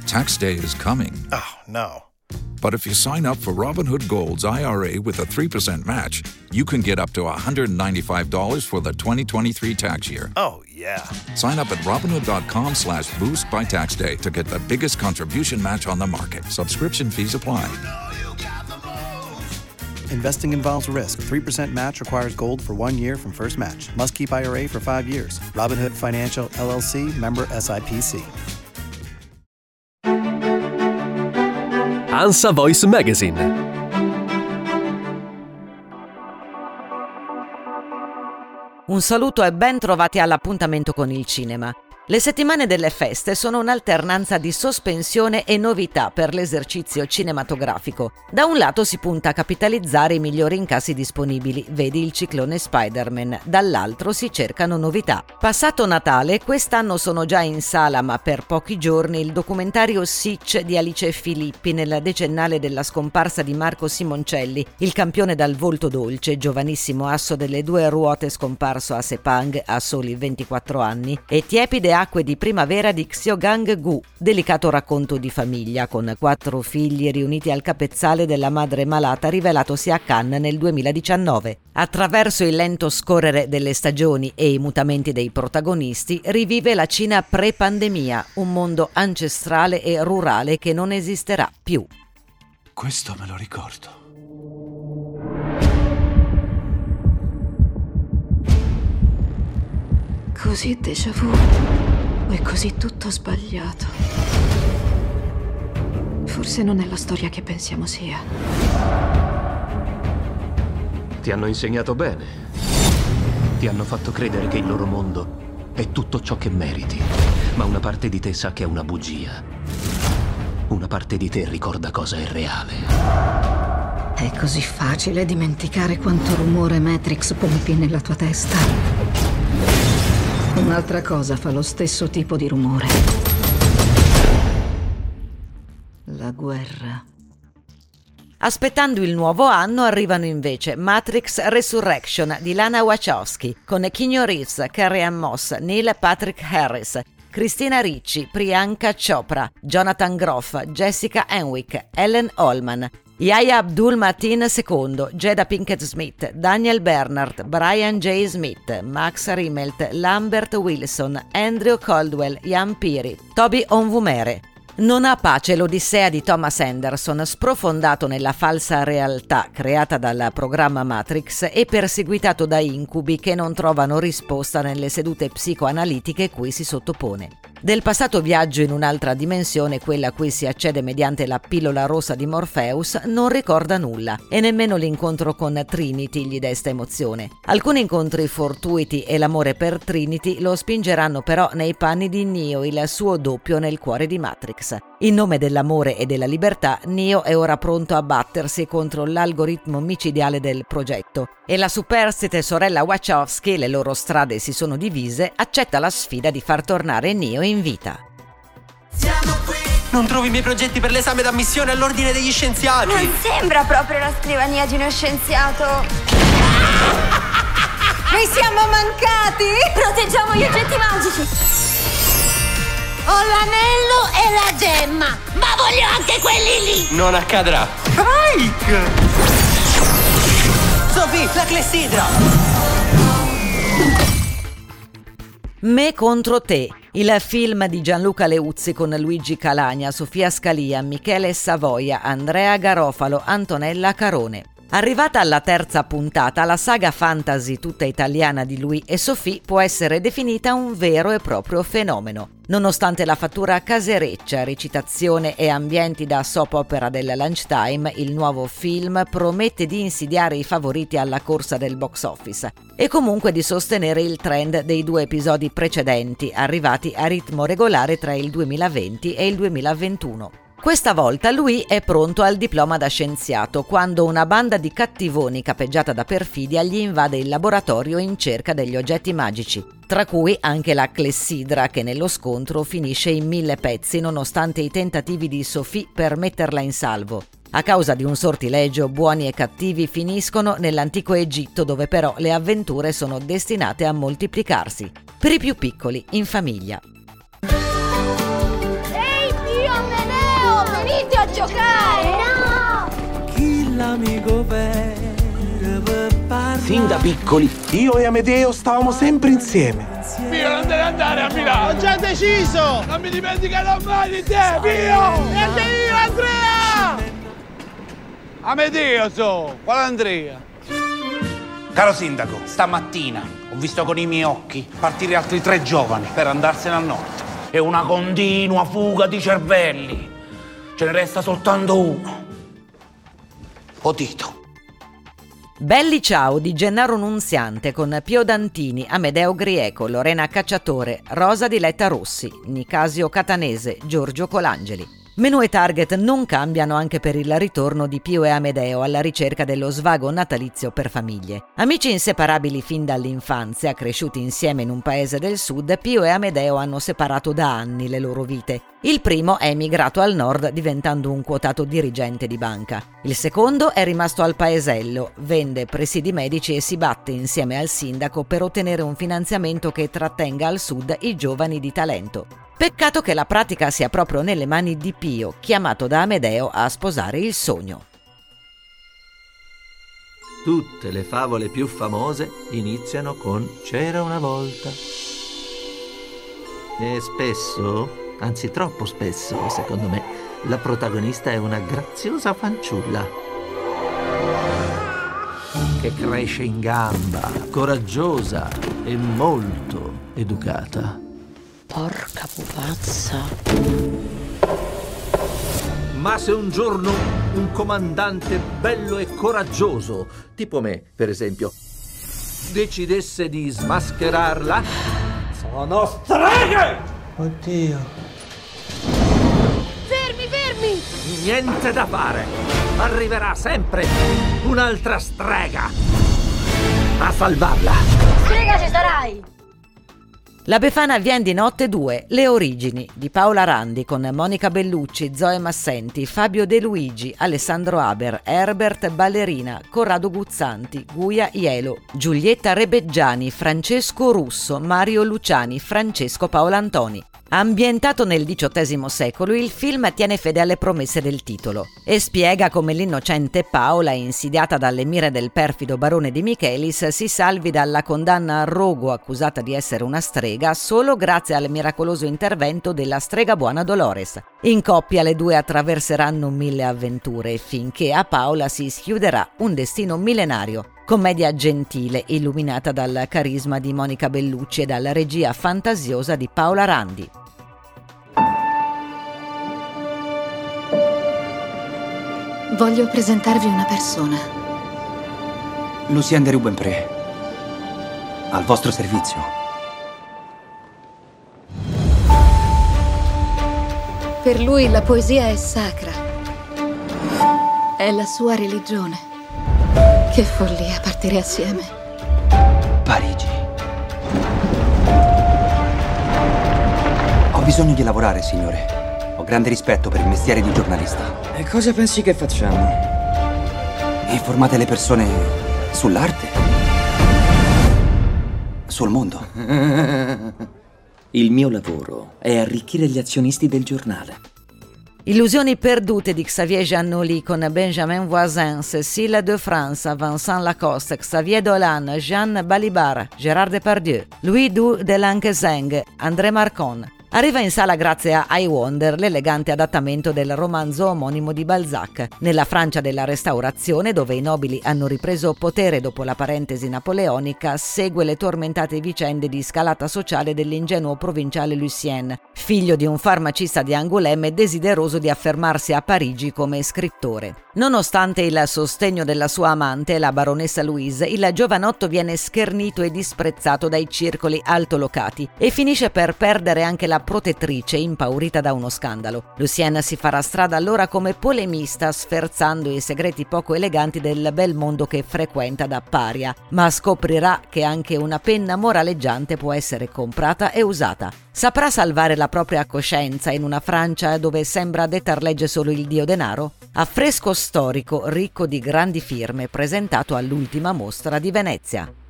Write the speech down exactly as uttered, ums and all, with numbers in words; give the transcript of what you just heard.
Tax day is coming. Oh, no. But if you sign up for Robinhood Gold's I R A with a three percent match, you can get up to one hundred ninety-five dollars for the twenty twenty-three tax year. Oh, yeah. Sign up at Robinhood.com slash boost by tax day to get the biggest contribution match on the market. Subscription fees apply. Investing involves risk. three percent match requires gold for one year from first match. Must keep I R A for five years. Robinhood Financial, L L C, member S I P C. ANSA Voice Magazine. Un saluto e ben trovati all'appuntamento con il cinema. Le settimane delle feste sono un'alternanza di sospensione e novità per l'esercizio cinematografico. Da un lato si punta a capitalizzare i migliori incassi disponibili, vedi il ciclone Spider-Man, dall'altro si cercano novità. Passato Natale, quest'anno sono già in sala, ma per pochi giorni, il documentario Sitch di Alice Filippi nel decennale della scomparsa di Marco Simoncelli, il campione dal volto dolce, giovanissimo asso delle due ruote scomparso a Sepang a soli ventiquattro anni, e Tiepide acque di primavera di Xiaogang Gu, delicato racconto di famiglia con quattro figli riuniti al capezzale della madre malata rivelatosi a Cannes nel duemiladiciannove. Attraverso il lento scorrere delle stagioni e i mutamenti dei protagonisti rivive la Cina pre-pandemia, un mondo ancestrale e rurale che non esisterà più. Questo me lo ricordo. Così déjà vu e così tutto sbagliato. Forse non è la storia che pensiamo sia. Ti hanno insegnato bene. Ti hanno fatto credere che il loro mondo è tutto ciò che meriti. Ma una parte di te sa che è una bugia. Una parte di te ricorda cosa è reale. È così facile dimenticare quanto rumore Matrix pompi nella tua testa. Un'altra cosa fa lo stesso tipo di rumore. La guerra. Aspettando il nuovo anno arrivano invece Matrix Resurrection di Lana Wachowski con Keanu Reeves, Carrie-Anne Moss, Neil Patrick Harris, Christina Ricci, Priyanka Chopra, Jonathan Groff, Jessica Henwick, Ellen Allman, Yahya Abdul-Mateen secondo, Jada Pinkett Smith, Daniel Bernhardt, Brian J. Smith, Max Riemelt, Lambert Wilson, Andrew Caldwell, Ian Piri, Toby Onwumere. Non ha pace l'odissea di Thomas Anderson, sprofondato nella falsa realtà creata dal programma Matrix e perseguitato da incubi che non trovano risposta nelle sedute psicoanalitiche cui si sottopone. Del passato viaggio in un'altra dimensione, quella a cui si accede mediante la pillola rossa di Morpheus, non ricorda nulla e nemmeno l'incontro con Trinity gli desta emozione. Alcuni incontri fortuiti e l'amore per Trinity lo spingeranno però nei panni di Neo, il suo doppio nel cuore di Matrix. In nome dell'amore e della libertà, Neo è ora pronto a battersi contro l'algoritmo micidiale del progetto e la superstite sorella Wachowski, le loro strade si sono divise, accetta la sfida di far tornare Neo in vita. Siamo qui. Non trovi i miei progetti per l'esame d'ammissione all'ordine degli scienziati? Non sembra proprio la scrivania di uno scienziato. Vi siamo mancati! Proteggiamo gli oggetti magici. Ho l'anello e la gemma, ma voglio anche quelli lì! Non accadrà! Spike! Sophie, la clessidra! Me contro te, il film di Gianluca Leuzzi con Luigi Calagna, Sofia Scalia, Michele Savoia, Andrea Garofalo, Antonella Carone. Arrivata alla terza puntata, la saga fantasy tutta italiana di lui e Sophie può essere definita un vero e proprio fenomeno. Nonostante la fattura casereccia, recitazione e ambienti da soap opera del lunchtime, il nuovo film promette di insidiare i favoriti alla corsa del box office e comunque di sostenere il trend dei due episodi precedenti, arrivati a ritmo regolare tra il duemilaventi e il duemilaventuno. Questa volta lui è pronto al diploma da scienziato quando una banda di cattivoni capeggiata da perfidia gli invade il laboratorio in cerca degli oggetti magici, tra cui anche la clessidra che nello scontro finisce in mille pezzi nonostante i tentativi di Sophie per metterla in salvo. A causa di un sortilegio, buoni e cattivi finiscono nell'antico Egitto, dove però le avventure sono destinate a moltiplicarsi, per i più piccoli in famiglia. Ehi, Dio me giocare! No! Chi l'amico vero per parlare? Fin da piccoli, io e Amedeo stavamo sempre insieme. Pio, non deve andare a Milano! Ho già deciso! Non mi dimenticherò mai di te, Pio! Niente io, Andrea! Amedeo so, quale Andrea? Caro sindaco, stamattina ho visto con i miei occhi partire altri tre giovani per andarsene al nord. È una continua fuga di cervelli. Ce ne resta soltanto uno. Potito. Belli ciao di Gennaro Nunziante con Pio Dantini, Amedeo Grieco, Lorena Cacciatore, Rosa Diletta Rossi, Nicasio Catanese, Giorgio Colangeli. Menù e target non cambiano anche per il ritorno di Pio e Amedeo alla ricerca dello svago natalizio per famiglie. Amici inseparabili fin dall'infanzia, cresciuti insieme in un paese del sud, Pio e Amedeo hanno separato da anni le loro vite. Il primo è emigrato al nord diventando un quotato dirigente di banca. Il secondo è rimasto al paesello, vende presidi medici e si batte insieme al sindaco per ottenere un finanziamento che trattenga al sud i giovani di talento. Peccato che la pratica sia proprio nelle mani di Pio, chiamato da Amedeo a sposare il sogno. Tutte le favole più famose iniziano con "c'era una volta". E spesso, anzi troppo spesso, secondo me, la protagonista è una graziosa fanciulla che cresce in gamba, coraggiosa e molto educata. Porca pupazza. Ma se un giorno un comandante bello e coraggioso, tipo me, per esempio, decidesse di smascherarla, sono streghe! Oddio. Fermi, fermi! Niente da fare! Arriverà sempre un'altra strega a salvarla! Strega ci sarai! La Befana vien di notte due, Le origini, di Paola Randi con Monica Bellucci, Zoe Massenti, Fabio De Luigi, Alessandro Haber, Herbert Ballerina, Corrado Guzzanti, Guia Ielo, Giulietta Rebeggiani, Francesco Russo, Mario Luciani, Francesco Paolantoni. Ambientato nel diciottesimo secolo, il film tiene fede alle promesse del titolo e spiega come l'innocente Paola, insidiata dalle mire del perfido barone di Michelis, si salvi dalla condanna a rogo accusata di essere una strega solo grazie al miracoloso intervento della strega buona Dolores. In coppia le due attraverseranno mille avventure finché a Paola si schiuderà un destino millenario. Commedia gentile, illuminata dal carisma di Monica Bellucci e dalla regia fantasiosa di Paola Randi. Voglio presentarvi una persona. Lucien de Rubempré, al vostro servizio. Per lui la poesia è sacra. È la sua religione. Che follia partire assieme. Parigi. Ho bisogno di lavorare, signore. Ho grande rispetto per il mestiere di giornalista. E cosa pensi che facciamo? Informate le persone sull'arte? Sul mondo? Il mio lavoro è arricchire gli azionisti del giornale. Illusioni perdute di Xavier Giannoli con Benjamin Voisin, Cécile de France, Vincent Lacoste, Xavier Dolan, Jeanne Balibar, Gérard Depardieu, Louis Du de Lanqueseng, André Marcon. Arriva in sala grazie a I Wonder, l'elegante adattamento del romanzo omonimo di Balzac. Nella Francia della Restaurazione, dove i nobili hanno ripreso potere dopo la parentesi napoleonica, segue le tormentate vicende di scalata sociale dell'ingenuo provinciale Lucien, figlio di un farmacista di Angoulême e desideroso di affermarsi a Parigi come scrittore. Nonostante il sostegno della sua amante, la baronessa Louise, il giovanotto viene schernito e disprezzato dai circoli altolocati e finisce per perdere anche la protettrice, impaurita da uno scandalo. Lucien si farà strada allora come polemista, sferzando i segreti poco eleganti del bel mondo che frequenta da paria, ma scoprirà che anche una penna moraleggiante può essere comprata e usata. Saprà salvare la propria coscienza in una Francia dove sembra dettar legge solo il dio denaro? Affresco storico ricco di grandi firme, presentato all'ultima mostra di Venezia.